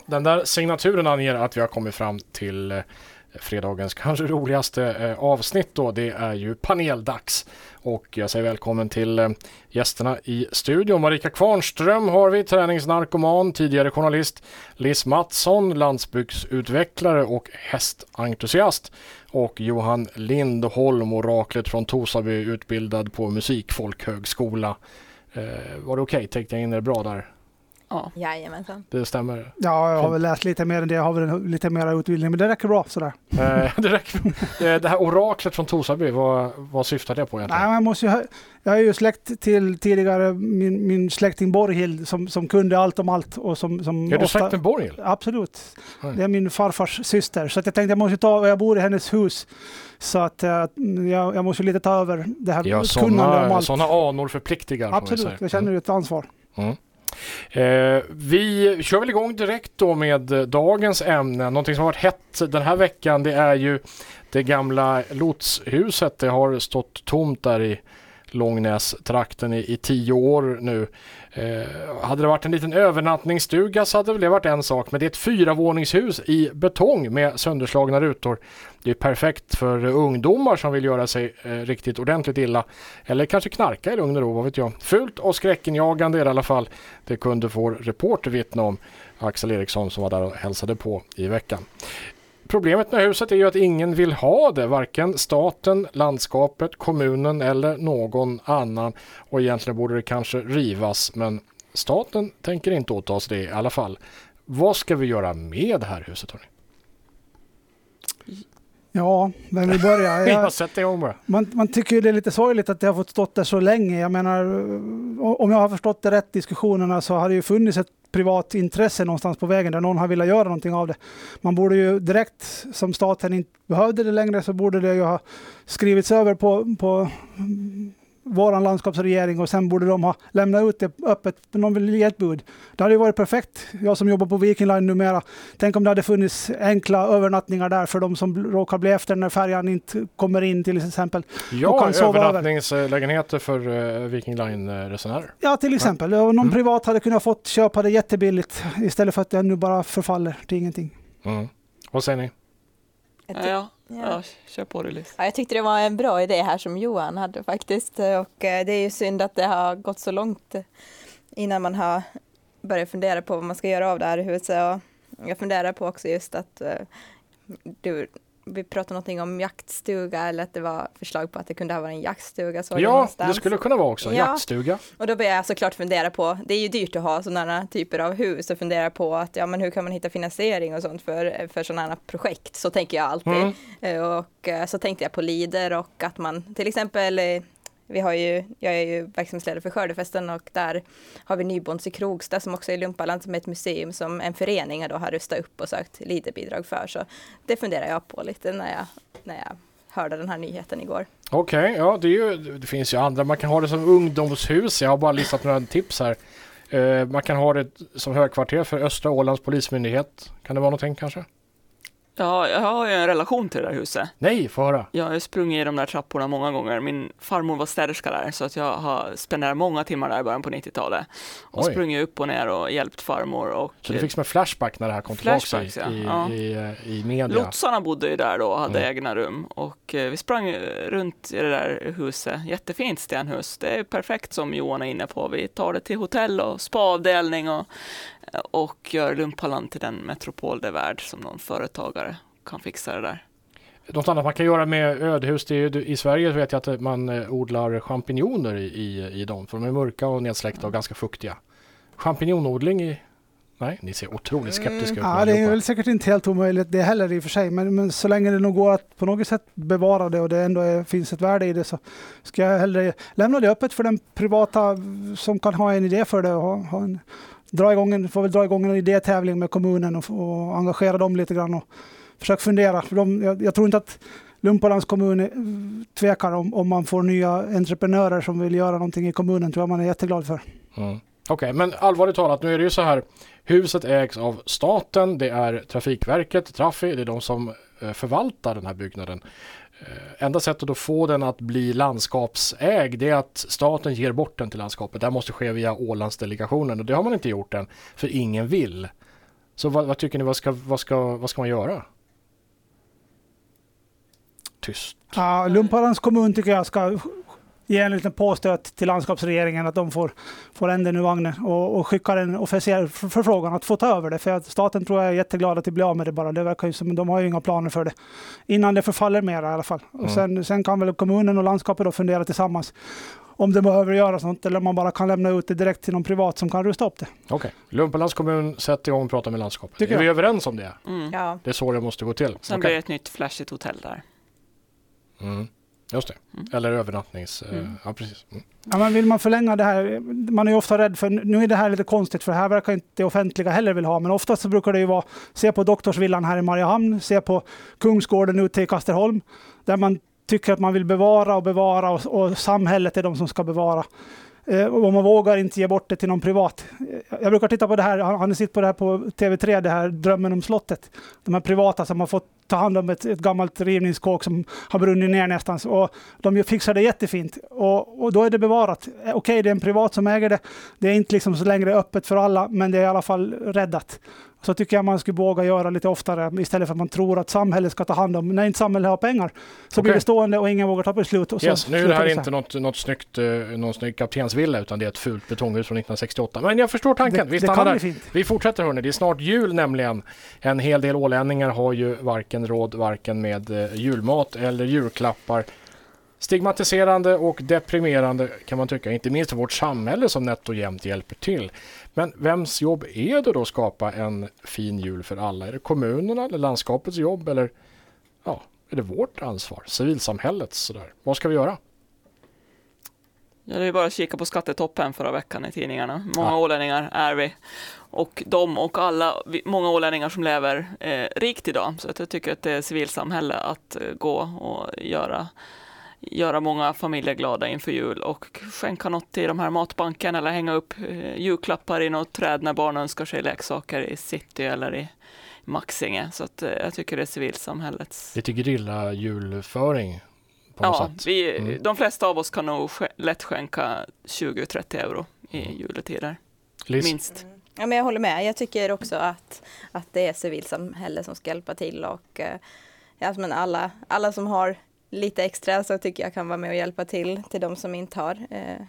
den där signaturen anger att vi har kommit fram till fredagens kanske roligaste avsnitt då. Det är ju paneldags. Och jag säger välkommen till gästerna i studion. Marika Kvarnström har vi, träningsnarkoman, tidigare journalist. Liz Mattsson, landsbygdsutvecklare och hästentusiast. Och Johan Lindholm, oraklet från Tosaby, utbildad på musikfolkhögskola. Var det okej? Tänkte jag in det bra där? Ja. Jajamensan. Det stämmer. Ja, jag har väl läst lite mer än det. Jag har väl lite mer utbildning, men det räcker bra sådär. Det räcker. Det här oraklet från Tosaby, vad syftar det på egentligen? Nej, jag är ju släkt till tidigare min släkting Borghild som kunde allt om allt. Och som är du släkt med Borghild? Absolut. Det är min farfars syster. Så att jag tänkte jag måste jag bor i hennes hus. Så att jag måste lite ta över det här kunnande om allt. Sådana anor förpliktigar. Absolut, jag känner ju ett ansvar. Mm. Vi kör väl igång direkt då med dagens ämne. Någonting som har varit hett den här veckan, det är ju det gamla lotshuset. Det har stått tomt där i Långnäs-trakten i 10 år nu. Hade det varit en liten övernattningsstuga så hade det varit en sak, men det är ett 4-våningshus i betong med sönderslagna rutor. Det är perfekt för ungdomar som vill göra sig riktigt ordentligt illa, eller kanske knarka i lugn och ro, vad vet jag. Fult och skräckenjagande i alla fall. Det kunde vår reporter vittna om, Axel Eriksson, som var där och hälsade på i veckan. Problemet med huset är ju att ingen vill ha det, varken staten, landskapet, kommunen eller någon annan. Och egentligen borde det kanske rivas, men staten tänker inte åta sig det i alla fall. Vad ska vi göra med det här huset, hörni? Ja, men vi börjar. Jag har sett det om. Man tycker ju det är lite sorgligt att det har fått stått där så länge. Jag menar, om jag har förstått det rätt diskussionerna så har det ju funnits ett privat intresse någonstans på vägen där någon har velat göra någonting av det. Man borde ju direkt, som staten inte behövde det längre, så borde det ju ha skrivits över på våran landskapsregering och sen borde de ha lämnat ut det öppet för någon vill ge ett bud. Det hade ju varit perfekt. Jag som jobbar på Viking Line numera, tänk om det hade funnits enkla övernattningar där för de som råkar bli efter när färjan inte kommer in till exempel. Ja, övernattningslägenheter för Viking Line-resenärer. Ja, till exempel. Någon privat hade kunnat fått köpa det jättebilligt istället för att det nu bara förfaller till ingenting. Mm. Vad säger ni? Ja, kör på det, Liz. Ja, jag tyckte det var en bra idé här som Johan hade faktiskt. Och det är ju synd att det har gått så långt innan man har börjat fundera på vad man ska göra av det här huset. Och jag funderar på också just att vi pratade någonting om jaktstuga, eller att det var förslag på att det kunde ha varit en jaktstuga. Ja, det skulle kunna vara också en jaktstuga. Och då börjar jag såklart fundera på, det är ju dyrt att ha sådana typer av hus, och fundera på att men hur kan man hitta finansiering och sånt för sådana här projekt. Så tänker jag alltid. Och så tänkte jag på Lider, och att man till exempel, jag är ju verksamhetsledare för Skördefesten, och där har vi Nybonds i Krogstad som också är Lumpaland, som är ett museum som en förening då har rustat upp och sökt Liderbidrag för. Så det funderar jag på lite när jag hörde den här nyheten igår. Okej, ja, det finns ju andra. Man kan ha det som ungdomshus. Jag har bara listat några tips här. Man kan ha det som högkvarter för Östra Ålands polismyndighet. Kan det vara någonting kanske? Ja, jag har ju en relation till det där huset. Nej, få höra. Jag har sprungit i de där trapporna många gånger. Min farmor var städerska där, så att jag har spenderat många timmar där i början på 90-talet. Och sprungit upp och ner och hjälpt farmor. Och så du fick som en flashback när det här kom tillbaka i media? Lotsarna bodde ju där då och hade egna rum. Och vi sprang runt i det där huset. Jättefint stenhus. Det är perfekt som Johan är inne på. Vi tar det till hotell och spaavdelning och gör Lumpaland till den metropol det är värd som någon företagare kan fixa det där. Något annat man kan göra med ödehus, det är ju, i Sverige vet jag att man odlar champinjoner i dem, för de är mörka och nedsläckta och ganska fuktiga. Champinjonodling nej, ni ser otroligt skeptiska ut. Ja, det är väl säkert inte helt omöjligt det heller i och för sig, men så länge det nog går att på något sätt bevara det och det ändå finns ett värde i det, så ska jag hellre lämna det öppet för den privata som kan ha en idé för det och får väl dra igång en idétävling med kommunen och engagera dem lite grann och försöka fundera. För jag tror inte att Lumpalands kommun tvekar om man får nya entreprenörer som vill göra någonting i kommunen, tror jag man är jätteglad för. Okej, men allvarligt talat, nu är det ju så här, huset ägs av staten, det är Trafikverket, Trafi, det är de som förvaltar den här byggnaden. Enda sättet att få den att bli landskapsägd, det är att staten ger bort den till landskapet. Det måste ske via Ålandsdelegationen, och det har man inte gjort än, för ingen vill. Så vad tycker ni, vad ska man göra? Tyst. Ja, Lumparans kommun tycker jag ska ge en liten påstöt till landskapsregeringen att de får änden ur vagnen och skickar en officiell förfrågan att få ta över det. För att staten tror jag är jätteglad att det blir av med det bara. Det verkar ju som de har ju inga planer för det. Innan det förfaller mer i alla fall. Och sen kan väl kommunen och landskapet då fundera tillsammans om det behöver göra sånt eller om man bara kan lämna ut det direkt till någon privat som kan rusta upp det. Okej. Lumparlands kommun sätter igång och pratar med landskapet. Tycker Är vi jag. överens om det? Ja. Det är så det måste gå till. Sen blir det ett nytt flashigt hotell där. Just det. Eller övernattnings... Ja, precis. Ja, men vill man förlänga det här, man är ju ofta rädd för, nu är det här lite konstigt för här verkar inte det offentliga heller vill ha, men oftast så brukar det ju vara, se på Doktorsvillan här i Mariehamn, se på Kungsgården ute i Kasterholm, där man tycker att man vill bevara och samhället är de som ska bevara. Och man vågar inte ge bort det till någon privat. Jag brukar titta på det här, har ni sett på det här på TV3, det här Drömmen om slottet. De här privata som har fått ta hand om ett gammalt rivningskåk som har brunnit ner nästan. Och de fixar det jättefint. Och då är det bevarat. Okej, det är en privat som äger det. Det är inte liksom så längre öppet för alla, men det är i alla fall räddat. Så tycker jag man skulle våga göra lite oftare istället för att man tror att samhället ska ta hand om. När inte samhället har pengar så blir det stående och ingen vågar ta beslut. Och så nu är det här inte någon snygg kaptensvilla utan det är ett fult betonghus från 1968. Men jag förstår tanken. Vi fortsätter hörni. Det är snart jul nämligen. En hel del ålänningar har ju varken med julmat eller julklappar. Stigmatiserande och deprimerande kan man tycka, inte minst för vårt samhälle som nätt och jämnt hjälper till. Men vems jobb är det då att skapa en fin jul för alla? Är det kommunerna eller landskapets jobb eller är det vårt ansvar? Civilsamhällets sådär. Vad ska vi göra? Ja, det är bara att kika på skattetoppen förra veckan i tidningarna. Många ålänningar är vi. Och de och många ålänningar som lever rikt idag. Så att jag tycker att det är civilsamhälle att gå och göra många familjer glada inför jul och skänka något till de här matbanken eller hänga upp julklappar i något träd när barn önskar sig leksaker i city eller i Maxinge. Så att jag tycker det är civilsamhällets... Lite grilla julföring på något sätt. De flesta av oss kan nog lätt skänka 20-30 euro i juletider. Minst. Ja, men jag håller med. Jag tycker också att det är civilsamhälle som ska hjälpa till och men alla som har lite extra så tycker jag kan vara med och hjälpa till de som inte har.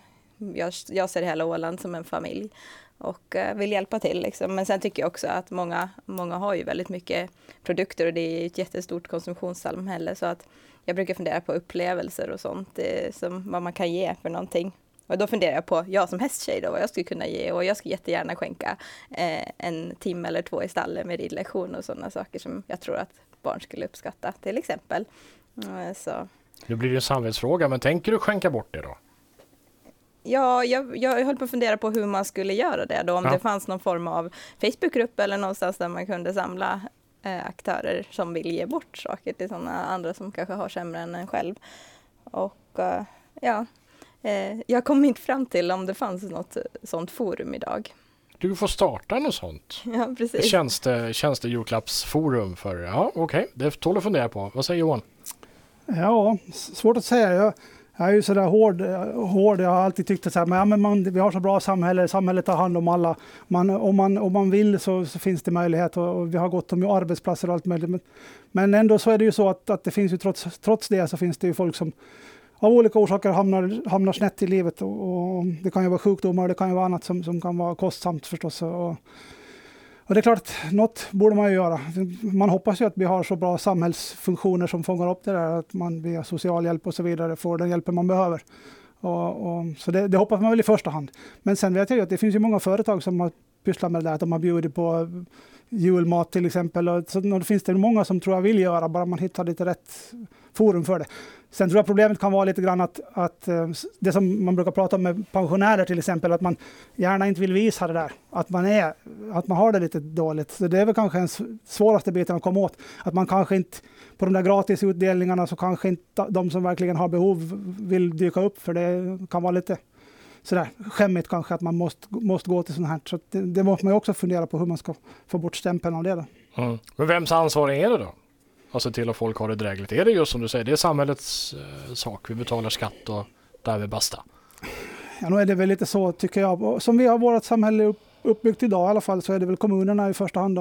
Jag ser hela Åland som en familj och vill hjälpa till. Liksom. Men sen tycker jag också att många har ju väldigt mycket produkter och det är ett jättestort konsumtionssamhälle så att jag brukar fundera på upplevelser och sånt som vad man kan ge för någonting. Och då funderar jag på, jag som hästtjej då, vad jag skulle kunna ge och jag skulle jättegärna skänka en timme eller 2 i stallet med ridlektion och sådana saker som jag tror att barn skulle uppskatta till exempel. Så. Nu blir det en samhällsfråga, men tänker du skänka bort det då? Ja, jag höll på att fundera på hur man skulle göra det då. Om det fanns någon form av Facebookgrupp eller någonstans där man kunde samla aktörer som vill ge bort saker till sådana andra som kanske har sämre än en själv. Och jag kom inte fram till om det fanns något sånt forum idag. Du får starta något sånt. Ja, precis. Tjänste julklappsforum för, okej. Det tål att fundera på. Vad säger Johan? Ja, svårt att säga. Jag är ju sådär hård. Jag har alltid tyckt att så här, men vi har så bra samhälle. Samhället tar hand om alla. Om man vill så finns det möjlighet. Och vi har gått om arbetsplatser och allt möjligt. Men ändå så är det ju så att det finns ju trots det så finns det ju folk som av olika orsaker hamnar snett i livet. Och det kan ju vara sjukdomar och det kan ju vara annat som kan vara kostsamt förstås. Och det är klart, något borde man ju göra. Man hoppas ju att vi har så bra samhällsfunktioner som fångar upp det där. Att man via socialhjälp och så vidare får den hjälpen man behöver. Så det hoppas man väl i första hand. Men sen vet jag ju att det finns ju många företag som har pysslat med det där. Att de har bjudit på julmat till exempel. Och så det finns det många som tror jag vill göra. Bara man hittar lite rätt forum för det. Sen tror jag problemet kan vara lite grann att det som man brukar prata om med pensionärer till exempel, att man gärna inte vill visa det där, att man har det lite dåligt. Så det är väl kanske den svåraste biten att komma åt. Att man kanske inte, på de där gratisutdelningarna så kanske inte de som verkligen har behov vill dyka upp, för det kan vara lite sådär skämmigt kanske att man måste gå till sånt här. Så det måste man ju också fundera på hur man ska få bort stämpeln av det då. Mm. Men vems ansvar är det då? Alltså till att folk har det drägligt. Är det just som du säger, det är samhällets sak. Vi betalar skatt och där vi basta. Ja, nu är det väl lite så tycker jag. Som vi har vårt samhälle uppbyggt idag i alla fall så är det väl kommunerna i första hand då.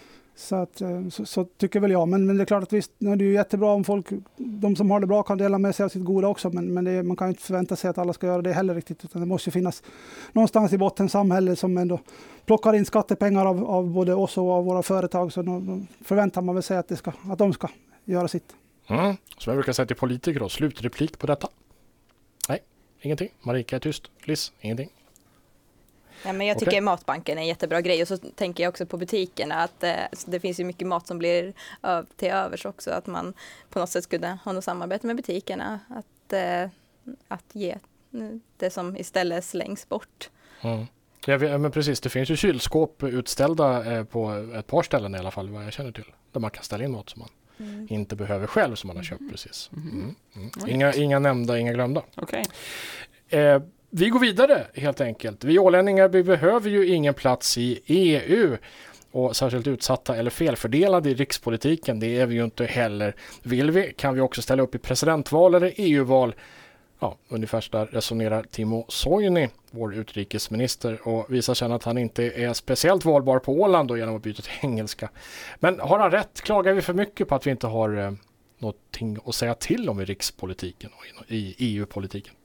Så tycker väl jag. Men det är klart att visst, det är ju jättebra om de som har det bra kan dela med sig av sitt goda också. Men man kan ju inte förvänta sig att alla ska göra det heller riktigt. Utan det måste ju finnas någonstans i botten samhälle som ändå plockar in skattepengar av både oss och av våra företag. Så då förväntar man väl sig att de ska göra sitt. Som jag brukar säga till politiker då, slutreplik på detta? Nej, ingenting. Marika är tyst. Liz, ingenting. Ja, men jag tycker Matbanken är en jättebra grej och så tänker jag också på butikerna att det finns ju mycket mat som blir till övers också, att man på något sätt skulle ha något samarbete med butikerna att ge det som istället slängs bort. Ja, men precis, det finns ju kylskåp utställda på ett par ställen i alla fall vad jag känner till, där man kan ställa in mat som man inte behöver själv som man har köpt precis. Inga nämnda, inga glömda. Okej. Vi går vidare helt enkelt. Vi ålänningar behöver ju ingen plats i EU och särskilt utsatta eller felfördelade i rikspolitiken. Det är vi ju inte heller. Vill vi kan vi också ställa upp i presidentval eller EU-val. Ja, ungefär så där resonerar Timo Soini, vår utrikesminister, och visar sen att han inte är speciellt valbar på Åland då, genom att byta till engelska. Men har han rätt? Klagar vi för mycket på att vi inte har någonting att säga till om i rikspolitiken och i EU-politiken?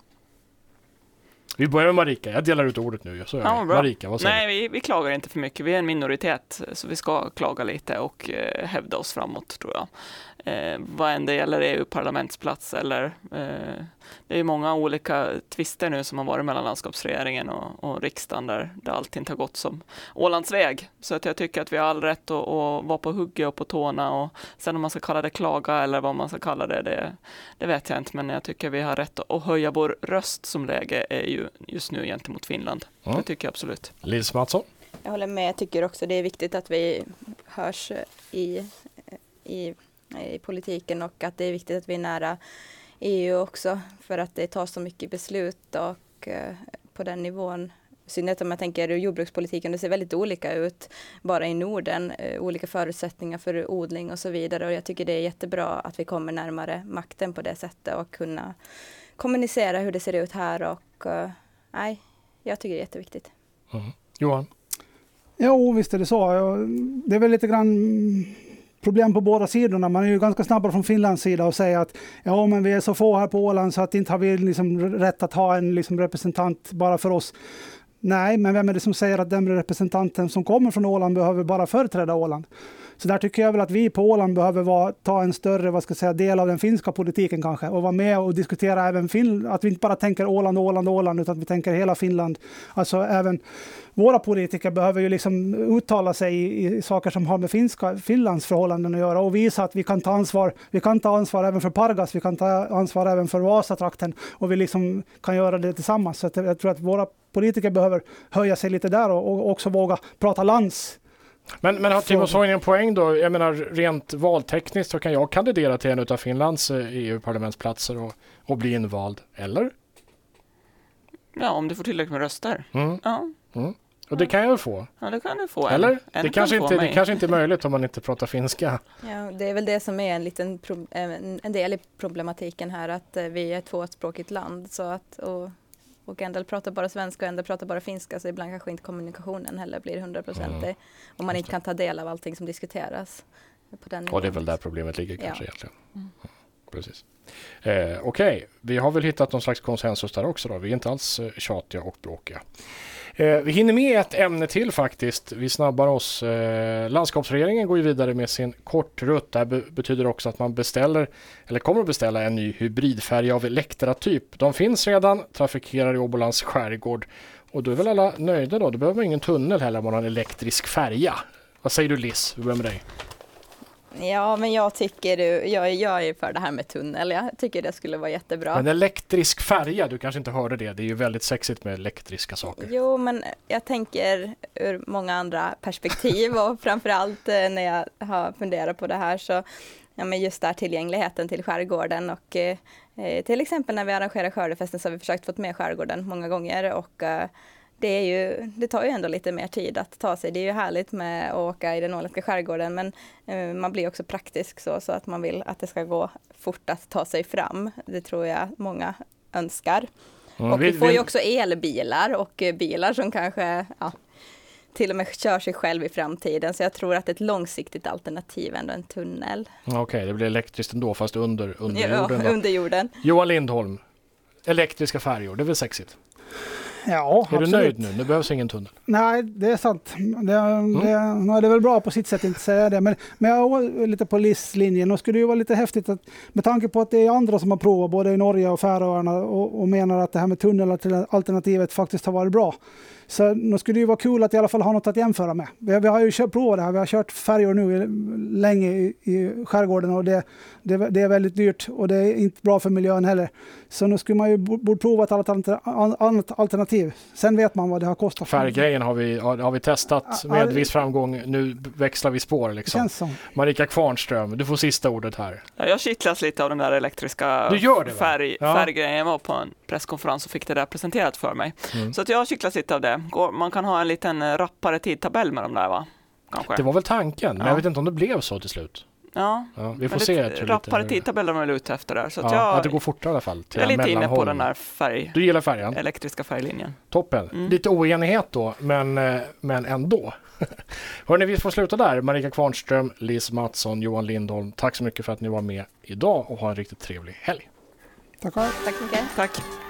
Vi börjar med Marika. Jag delar ut ordet nu. Marika, vad säger du? Nej, vi klagar inte för mycket. Vi är en minoritet, så vi ska klaga lite och hävda oss framåt, tror jag. Vad än det gäller EU-parlamentsplats eller det är ju många olika tvister nu som har varit mellan landskapsregeringen och riksdagen där allt inte har gått som Ålands väg. Så att jag tycker att vi har all rätt att vara på hugget och på tårna, och sen om man ska kalla det klaga eller vad man ska kalla det vet jag inte, men jag tycker vi har rätt att höja vår röst som läge är ju just nu gentemot Finland. Det tycker jag absolut. Liz Mattsson? Jag håller med, jag tycker också det är viktigt att vi hörs i politiken och att det är viktigt att vi är nära EU också, för att det tar så mycket beslut och på den nivån. I synnerhet om jag tänker jordbrukspolitiken, det ser väldigt olika ut bara i Norden, olika förutsättningar för odling och så vidare, och jag tycker det är jättebra att vi kommer närmare makten på det sättet och kunna kommunicera hur det ser ut här, och jag tycker det är jätteviktigt. Johan? Jo, visst är det så. Det är väl lite grann problem på båda sidorna. Man är ju ganska snabbare från Finlands sida och säga att men vi är så få här på Åland så att inte har vi liksom rätt att ha en liksom representant bara för oss. Nej, men vem är det som säger att den representanten som kommer från Åland behöver bara företräda Åland? Så där tycker jag väl att vi på Åland behöver ta en större del av den finska politiken kanske, och vara med och diskutera även att vi inte bara tänker Åland, utan att vi tänker hela Finland. Alltså även våra politiker behöver ju liksom uttala sig i saker som har med Finlands förhållanden att göra och visa att vi kan ta ansvar. Vi kan ta ansvar även för Pargas, vi kan ta ansvar även för Vasatrakten, och vi liksom kan göra det tillsammans. Så att jag tror att våra politiker behöver höja sig lite där och också våga prata lands. Men har Timo Soini en poäng då? Jag menar, rent valtekniskt så kan jag kandidera till en av Finlands EU-parlamentsplatser och bli invald, eller? Ja, om du får tillräckligt med röster. Ja. Och det kan jag väl få? Ja, det kan du få. Eller? Det kanske inte är möjligt om man inte pratar finska. Ja, det är väl det som är en del i problematiken här, att vi är ett tvåspråkigt land, så att och en del pratar bara svenska och en del pratar bara finska, så ibland kanske inte kommunikationen heller blir 100% om man inte kan ta del av allting som diskuteras på den nivån. Och det är väl där problemet ligger kanske egentligen. Precis. Okej, vi har väl hittat någon slags konsensus där också då. Vi är inte alls tjatiga och bråkiga. Vi hinner med ett ämne till faktiskt. Vi snabbar oss. Landskapsregeringen går ju vidare med sin kortrutt. Det här betyder också att man kommer att beställa en ny hybridfärja av Electra-typ. De finns redan, trafikerar i Åbolands skärgård. Och då är väl alla nöjda då? Då behöver man ingen tunnel heller om man har en elektrisk färja. Vad säger du, Liz? Vi börjar med dig. Ja, men jag är för det här med tunnel. Jag tycker det skulle vara jättebra. Men elektrisk färja, du kanske inte hörde det. Det är ju väldigt sexigt med elektriska saker. Jo, men jag tänker ur många andra perspektiv och framförallt när jag har funderat på det här så men just där tillgängligheten till skärgården och till exempel när vi arrangerar skördefesten så har vi försökt få med skärgården många gånger och det tar ju ändå lite mer tid att ta sig. Det är ju härligt med att åka i den åländska skärgården, men man blir också praktisk så att man vill att det ska gå fort att ta sig fram. Det tror jag många önskar. Och vi får ju också elbilar och bilar som kanske till och med kör sig själv i framtiden. Så jag tror att ett långsiktigt alternativ är ändå en tunnel. Okej, det blir elektriskt ändå fast under jorden. Ja, under jorden. Johan Lindholm, elektriska färjor, det är väl sexigt? Ja, är absolut. du nöjd nu? Nu behövs ingen tunnel. Nej, det är sant. Det är väl bra på sitt sätt inte säga det. Men jag är lite på LIS-linjen. Och skulle det ju vara lite häftigt att, med tanke på att det är andra som har provat både i Norge och Färöarna och menar att det här med tunnelalternativet faktiskt har varit bra. Så nu skulle det ju vara kul att i alla fall ha något att jämföra med. Vi har ju provat det här. Vi har kört färjor nu länge i skärgården och det är väldigt dyrt och det är inte bra för miljön heller. Så nu skulle man ju borde prova ett annat alternativ. Sen vet man vad det har kostat. Färggrejen har vi testat med viss framgång. Nu växlar vi spår liksom. Känns som. Marika Kvarnström, du får sista ordet här. Ja, jag kittlas lite av den där elektriska färggrejen. Jag var på en presskonferens och fick det där presenterat för mig. Så att jag kittlas lite av det. Man kan ha en liten rappare tidtabell med dem där, va? Kanske. Det var väl tanken, men jag vet inte om det blev så till slut. Ja, vi får se. Rappare tidtabeller de är ute efter där. Så att att det går fortare i alla fall. Jag är lite inne på den där Du gillar färjan? Elektriska färglinjen. Toppen. Lite oenighet då, men ändå. Hörrni, vi får sluta där. Marika Kvarnström, Lis Mattsson, Johan Lindholm. Tack så mycket för att ni var med idag och ha en riktigt trevlig helg. Tack. Tack mycket. Tack.